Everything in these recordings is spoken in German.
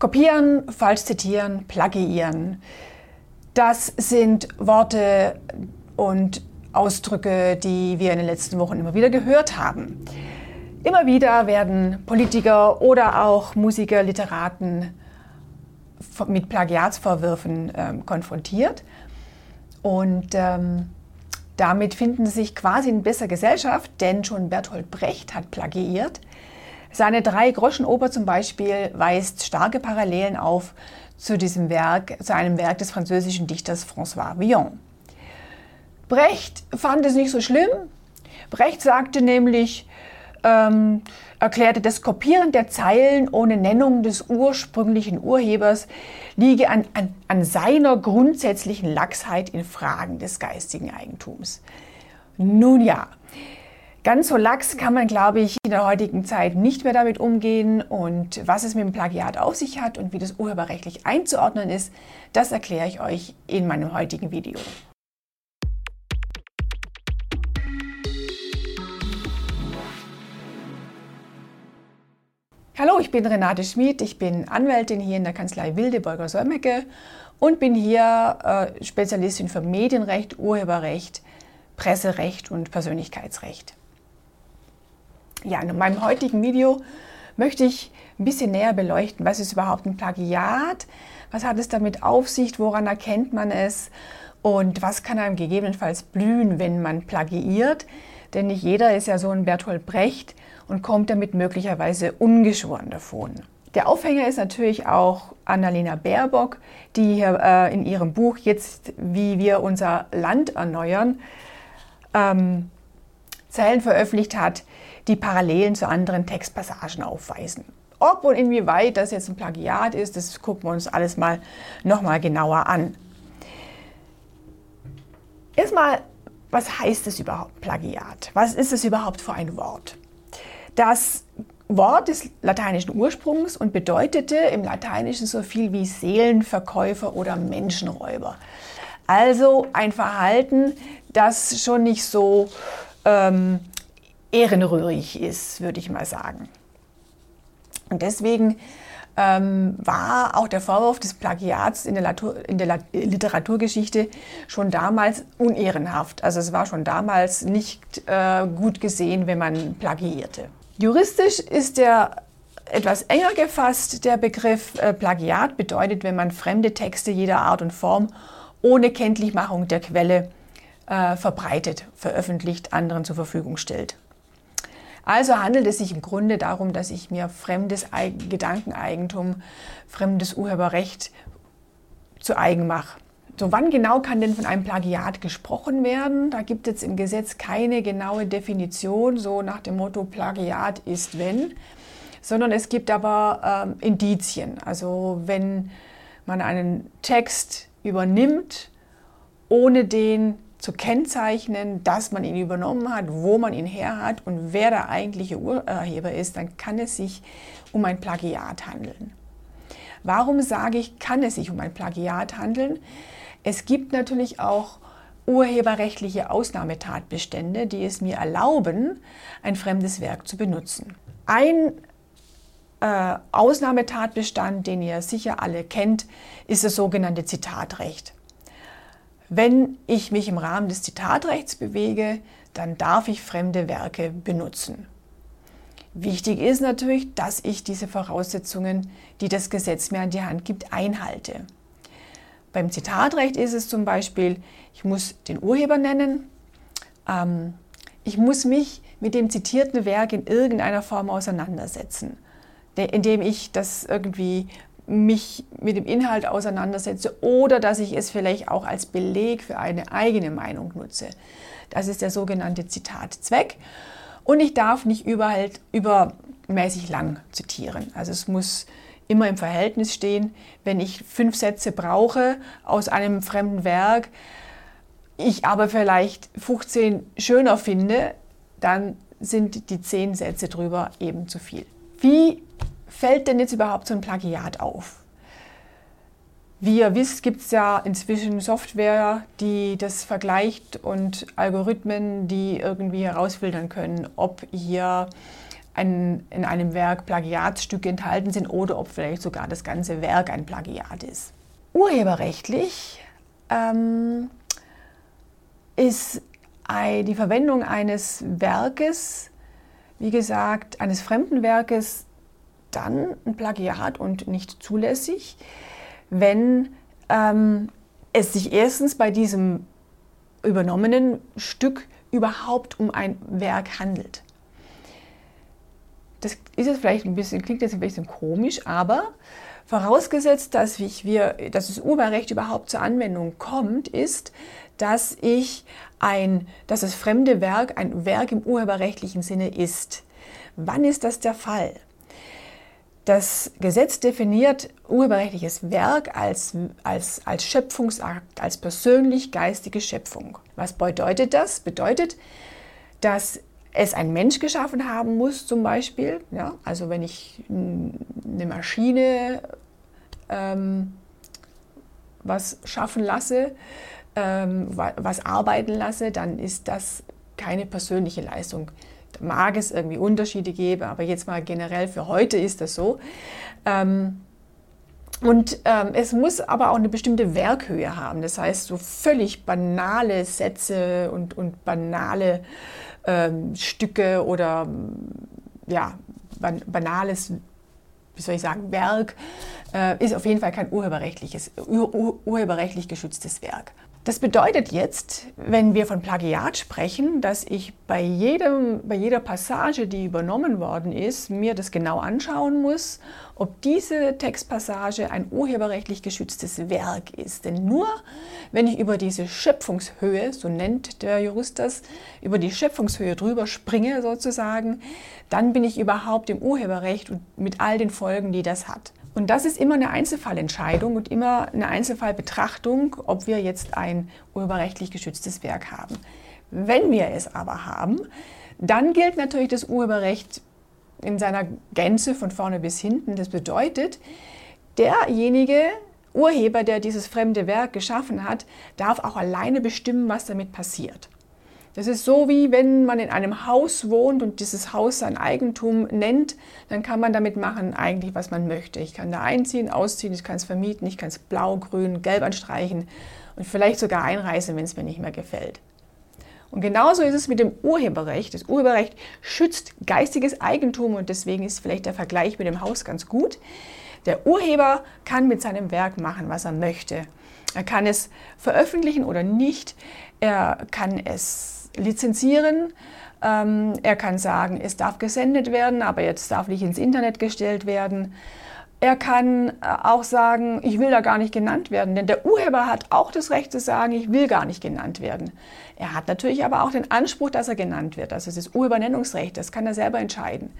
Kopieren, falsch zitieren, plagiieren. Das sind Worte und Ausdrücke, die wir in den letzten Wochen immer wieder gehört haben. Immer wieder werden Politiker oder auch Musiker, Literaten mit Plagiatsvorwürfen konfrontiert. Und damit finden sie sich quasi in besserer Gesellschaft, denn schon Bertolt Brecht hat plagiiert. Seine Drei-Groschen-Oper zum Beispiel weist starke Parallelen auf zu einem Werk des französischen Dichters François Villon. Brecht fand es nicht so schlimm. Brecht sagte nämlich, erklärte, das Kopieren der Zeilen ohne Nennung des ursprünglichen Urhebers liege an seiner grundsätzlichen Lachsheit in Fragen des geistigen Eigentums. Nun ja, ganz so lax kann man, glaube ich, in der heutigen Zeit nicht mehr damit umgehen. Und was es mit dem Plagiat auf sich hat und wie das urheberrechtlich einzuordnen ist, das erkläre ich euch in meinem heutigen Video. Hallo, ich bin Renate Schmid, ich bin Anwältin hier in der Kanzlei Wildeborger-Solmecke und bin hier Spezialistin für Medienrecht, Urheberrecht, Presserecht und Persönlichkeitsrecht. Ja, in meinem heutigen Video möchte ich ein bisschen näher beleuchten, was ist überhaupt ein Plagiat, was hat es damit auf sich, woran erkennt man es und was kann einem gegebenenfalls blühen, wenn man plagiiert. Denn nicht jeder ist ja so ein Bertolt Brecht und kommt damit möglicherweise ungeschoren davon. Der Aufhänger ist natürlich auch Annalena Baerbock, die hier in ihrem Buch Jetzt, wie wir unser Land erneuern, Zeilen veröffentlicht hat, die Parallelen zu anderen Textpassagen aufweisen. Ob und inwieweit das jetzt ein Plagiat ist, das gucken wir uns alles mal nochmal genauer an. Erstmal, was heißt es überhaupt, Plagiat? Was ist es überhaupt für ein Wort? Das Wort ist lateinischen Ursprungs und bedeutete im Lateinischen so viel wie Seelenverkäufer oder Menschenräuber. Also ein Verhalten, das schon nicht so ehrenrührig ist, würde ich mal sagen. Und deswegen war auch der Vorwurf des Plagiats in der Literaturgeschichte schon damals unehrenhaft. Also es war schon damals nicht gut gesehen, wenn man plagiierte. Juristisch ist der etwas enger gefasst. Der Begriff Plagiat bedeutet, wenn man fremde Texte jeder Art und Form ohne Kenntlichmachung der Quelle verbreitet, veröffentlicht, anderen zur Verfügung stellt. Also handelt es sich im Grunde darum, dass ich mir fremdes Gedankeneigentum, fremdes Urheberrecht zu eigen mache. So, wann genau kann denn von einem Plagiat gesprochen werden? Da gibt es im Gesetz keine genaue Definition, so nach dem Motto Plagiat ist wenn, sondern es gibt aber Indizien. Also wenn man einen Text übernimmt, ohne den zu kennzeichnen, dass man ihn übernommen hat, wo man ihn her hat und wer der eigentliche Urheber ist, dann kann es sich um ein Plagiat handeln. Warum sage ich, kann es sich um ein Plagiat handeln? Es gibt natürlich auch urheberrechtliche Ausnahmetatbestände, die es mir erlauben, ein fremdes Werk zu benutzen. Ein Ausnahmetatbestand, den ihr sicher alle kennt, ist das sogenannte Zitatrecht. Wenn ich mich im Rahmen des Zitatrechts bewege, dann darf ich fremde Werke benutzen. Wichtig ist natürlich, dass ich diese Voraussetzungen, die das Gesetz mir an die Hand gibt, einhalte. Beim Zitatrecht ist es zum Beispiel, ich muss den Urheber nennen, ich muss mich mit dem zitierten Werk in irgendeiner Form auseinandersetzen, indem ich das irgendwie mich mit dem Inhalt auseinandersetze oder dass ich es vielleicht auch als Beleg für eine eigene Meinung nutze. Das ist der sogenannte Zitatzweck. Und ich darf nicht übermäßig lang zitieren. Also es muss immer im Verhältnis stehen. Wenn ich 5 Sätze brauche aus einem fremden Werk, ich aber vielleicht 15 schöner finde, dann sind die 10 Sätze drüber eben zu viel. Wie fällt denn jetzt überhaupt so ein Plagiat auf? Wie ihr wisst, gibt es ja inzwischen Software, die das vergleicht und Algorithmen, die irgendwie herausfiltern können, ob hier in einem Werk Plagiatsstücke enthalten sind oder ob vielleicht sogar das ganze Werk ein Plagiat ist. Urheberrechtlich ist die Verwendung eines Werkes, wie gesagt, eines fremden Werkes, dann ein Plagiat und nicht zulässig, wenn es sich erstens bei diesem übernommenen Stück überhaupt um ein Werk handelt. Das ist jetzt vielleicht klingt jetzt ein bisschen komisch, aber vorausgesetzt, dass das Urheberrecht überhaupt zur Anwendung kommt, ist, dass das fremde Werk ein Werk im urheberrechtlichen Sinne ist. Wann ist das der Fall? Das Gesetz definiert urheberrechtliches Werk als Schöpfungsakt, als persönlich-geistige Schöpfung. Was bedeutet das? Bedeutet, dass es ein Mensch geschaffen haben muss, zum Beispiel. Ja, also wenn ich eine Maschine was schaffen lasse, was arbeiten lasse, dann ist das keine persönliche Leistung. Da mag es irgendwie Unterschiede geben, aber jetzt mal generell für heute ist das so. Es muss aber auch eine bestimmte Werkhöhe haben. Das heißt, so völlig banale Sätze und banale Stücke oder ja, banales, wie soll ich sagen, Werk ist auf jeden Fall kein urheberrechtlich geschütztes Werk. Das bedeutet jetzt, wenn wir von Plagiat sprechen, dass ich bei jeder Passage, die übernommen worden ist, mir das genau anschauen muss, ob diese Textpassage ein urheberrechtlich geschütztes Werk ist. Denn nur wenn ich über diese Schöpfungshöhe, so nennt der Jurist das, über die Schöpfungshöhe drüber springe sozusagen, dann bin ich überhaupt im Urheberrecht und mit all den Folgen, die das hat. Und das ist immer eine Einzelfallentscheidung und immer eine Einzelfallbetrachtung, ob wir jetzt ein urheberrechtlich geschütztes Werk haben. Wenn wir es aber haben, dann gilt natürlich das Urheberrecht in seiner Gänze von vorne bis hinten. Das bedeutet, derjenige Urheber, der dieses fremde Werk geschaffen hat, darf auch alleine bestimmen, was damit passiert. Das ist so, wie wenn man in einem Haus wohnt und dieses Haus sein Eigentum nennt, dann kann man damit machen eigentlich, was man möchte. Ich kann da einziehen, ausziehen, ich kann es vermieten, ich kann es blau, grün, gelb anstreichen und vielleicht sogar einreißen, wenn es mir nicht mehr gefällt. Und genauso ist es mit dem Urheberrecht. Das Urheberrecht schützt geistiges Eigentum und deswegen ist vielleicht der Vergleich mit dem Haus ganz gut. Der Urheber kann mit seinem Werk machen, was er möchte. Er kann es veröffentlichen oder nicht. Er kann es lizenzieren. Er kann sagen, es darf gesendet werden, aber jetzt darf nicht ins Internet gestellt werden. Er kann auch sagen, ich will da gar nicht genannt werden, denn der Urheber hat auch das Recht zu sagen, ich will gar nicht genannt werden. Er hat natürlich aber auch den Anspruch, dass er genannt wird. Also das Urhebernennungsrecht, das kann er selber entscheiden.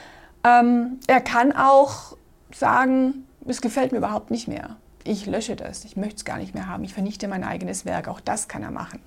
Er kann auch sagen, es gefällt mir überhaupt nicht mehr. Ich lösche das, ich möchte es gar nicht mehr haben, ich vernichte mein eigenes Werk. Auch das kann er machen.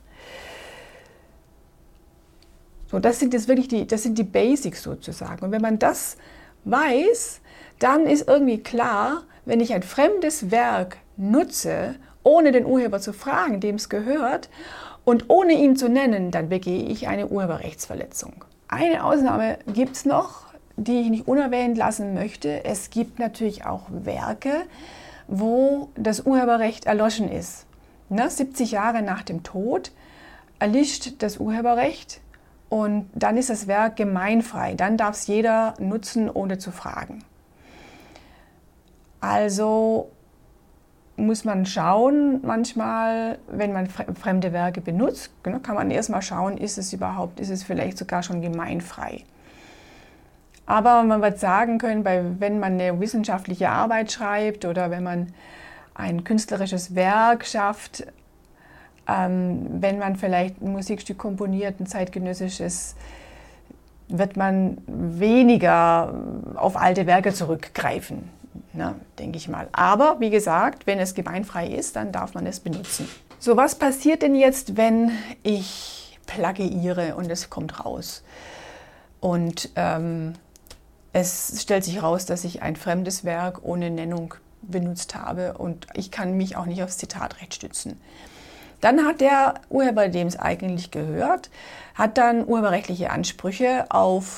So, das sind die Basics sozusagen. Und wenn man das weiß, dann ist irgendwie klar, wenn ich ein fremdes Werk nutze, ohne den Urheber zu fragen, dem es gehört, und ohne ihn zu nennen, dann begehe ich eine Urheberrechtsverletzung. Eine Ausnahme gibt es noch, die ich nicht unerwähnt lassen möchte. Es gibt natürlich auch Werke, wo das Urheberrecht erloschen ist. 70 Jahre nach dem Tod erlischt das Urheberrecht. Und dann ist das Werk gemeinfrei. Dann darf es jeder nutzen, ohne zu fragen. Also muss man schauen, manchmal, wenn man fremde Werke benutzt, kann man erstmal schauen, ist es vielleicht sogar schon gemeinfrei. Aber man wird sagen können, wenn man eine wissenschaftliche Arbeit schreibt oder wenn man ein künstlerisches Werk schafft, wenn man vielleicht ein Musikstück komponiert, ein zeitgenössisches, wird man weniger auf alte Werke zurückgreifen, denke ich mal. Aber wie gesagt, wenn es gemeinfrei ist, dann darf man es benutzen. So, was passiert denn jetzt, wenn ich plagiiere und es kommt raus? Und es stellt sich raus, dass ich ein fremdes Werk ohne Nennung benutzt habe und ich kann mich auch nicht aufs Zitatrecht stützen. Dann hat der Urheber, dem es eigentlich gehört, hat dann urheberrechtliche Ansprüche auf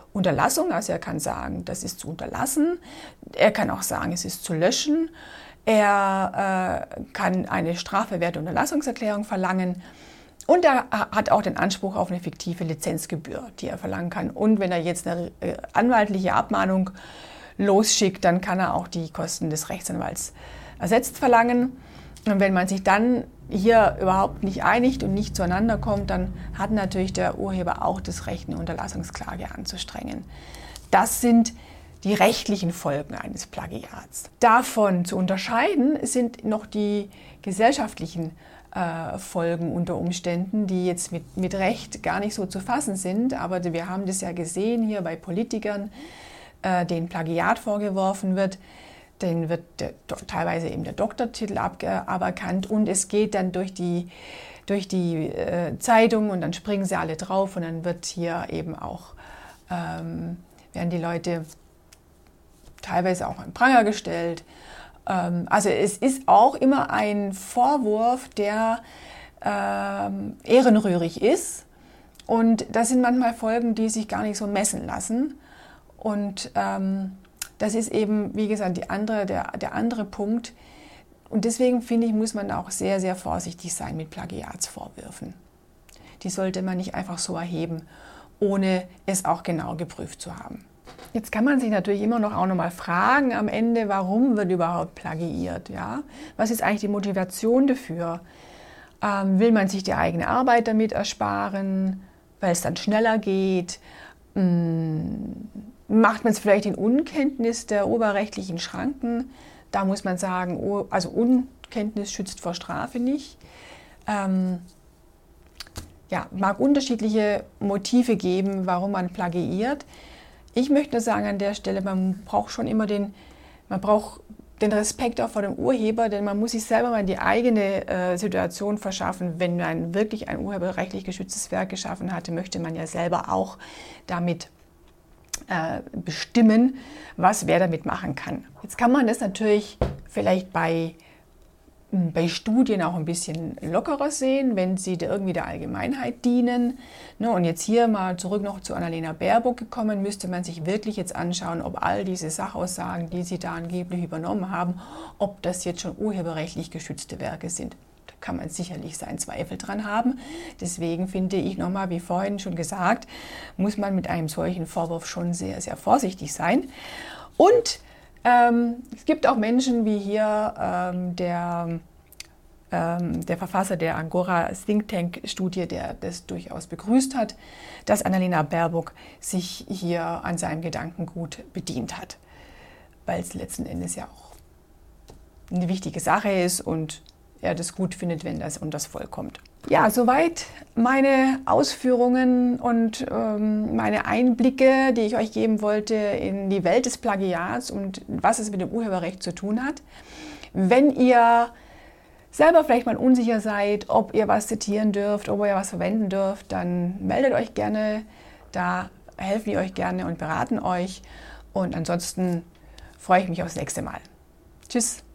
Unterlassung, also er kann sagen, das ist zu unterlassen. Er kann auch sagen, es ist zu löschen. Er kann eine strafbewährte Unterlassungserklärung verlangen. Und er hat auch den Anspruch auf eine fiktive Lizenzgebühr, die er verlangen kann. Und wenn er jetzt eine anwaltliche Abmahnung losschickt, dann kann er auch die Kosten des Rechtsanwalts ersetzt verlangen. Und wenn man sich dann hier überhaupt nicht einigt und nicht zueinander kommt, dann hat natürlich der Urheber auch das Recht, eine Unterlassungsklage anzustrengen. Das sind die rechtlichen Folgen eines Plagiats. Davon zu unterscheiden sind noch die gesellschaftlichen Folgen unter Umständen, die jetzt mit Recht gar nicht so zu fassen sind. Aber wir haben das ja gesehen hier bei Politikern, denen Plagiat vorgeworfen wird. Denen wird teilweise eben der Doktortitel aberkannt und es geht dann durch die Zeitung und dann springen sie alle drauf und dann wird hier eben auch, werden die Leute teilweise auch an Pranger gestellt. Also es ist auch immer ein Vorwurf, der ehrenrührig ist und das sind manchmal Folgen, die sich gar nicht so messen lassen und das ist eben, wie gesagt, der andere Punkt. Und deswegen finde ich, muss man auch sehr, sehr vorsichtig sein mit Plagiatsvorwürfen. Die sollte man nicht einfach so erheben, ohne es auch genau geprüft zu haben. Jetzt kann man sich natürlich immer noch mal fragen am Ende, warum wird überhaupt plagiiert? Ja? Was ist eigentlich die Motivation dafür? Will man sich die eigene Arbeit damit ersparen, weil es dann schneller geht? Macht man es vielleicht in Unkenntnis der urheberrechtlichen Schranken? Da muss man sagen, also Unkenntnis schützt vor Strafe nicht. Ja, mag unterschiedliche Motive geben, warum man plagiiert. Ich möchte nur sagen an der Stelle, man braucht schon immer den Respekt auch vor dem Urheber, denn man muss sich selber mal in die eigene Situation verschaffen. Wenn man wirklich ein urheberrechtlich geschütztes Werk geschaffen hatte, möchte man ja selber auch damit bestimmen, was wer damit machen kann. Jetzt kann man das natürlich vielleicht bei Studien auch ein bisschen lockerer sehen, wenn sie irgendwie der Allgemeinheit dienen. Und jetzt hier mal zurück noch zu Annalena Baerbock gekommen, müsste man sich wirklich jetzt anschauen, ob all diese Sachaussagen, die sie da angeblich übernommen haben, ob das jetzt schon urheberrechtlich geschützte Werke sind. Da kann man sicherlich seinen Zweifel dran haben. Deswegen finde ich nochmal, wie vorhin schon gesagt, muss man mit einem solchen Vorwurf schon sehr, sehr vorsichtig sein. Und es gibt auch Menschen wie hier der Verfasser der Agora Think Tank Studie, der das durchaus begrüßt hat, dass Annalena Baerbock sich hier an seinem Gedankengut bedient hat, weil es letzten Endes ja auch eine wichtige Sache ist und er das gut findet, wenn das unter das Volk kommt. Ja, soweit meine Ausführungen und meine Einblicke, die ich euch geben wollte in die Welt des Plagiats und was es mit dem Urheberrecht zu tun hat. Wenn ihr selber vielleicht mal unsicher seid, ob ihr was zitieren dürft, ob ihr was verwenden dürft, dann meldet euch gerne, da helfen wir euch gerne und beraten euch. Und ansonsten freue ich mich aufs nächste Mal. Tschüss!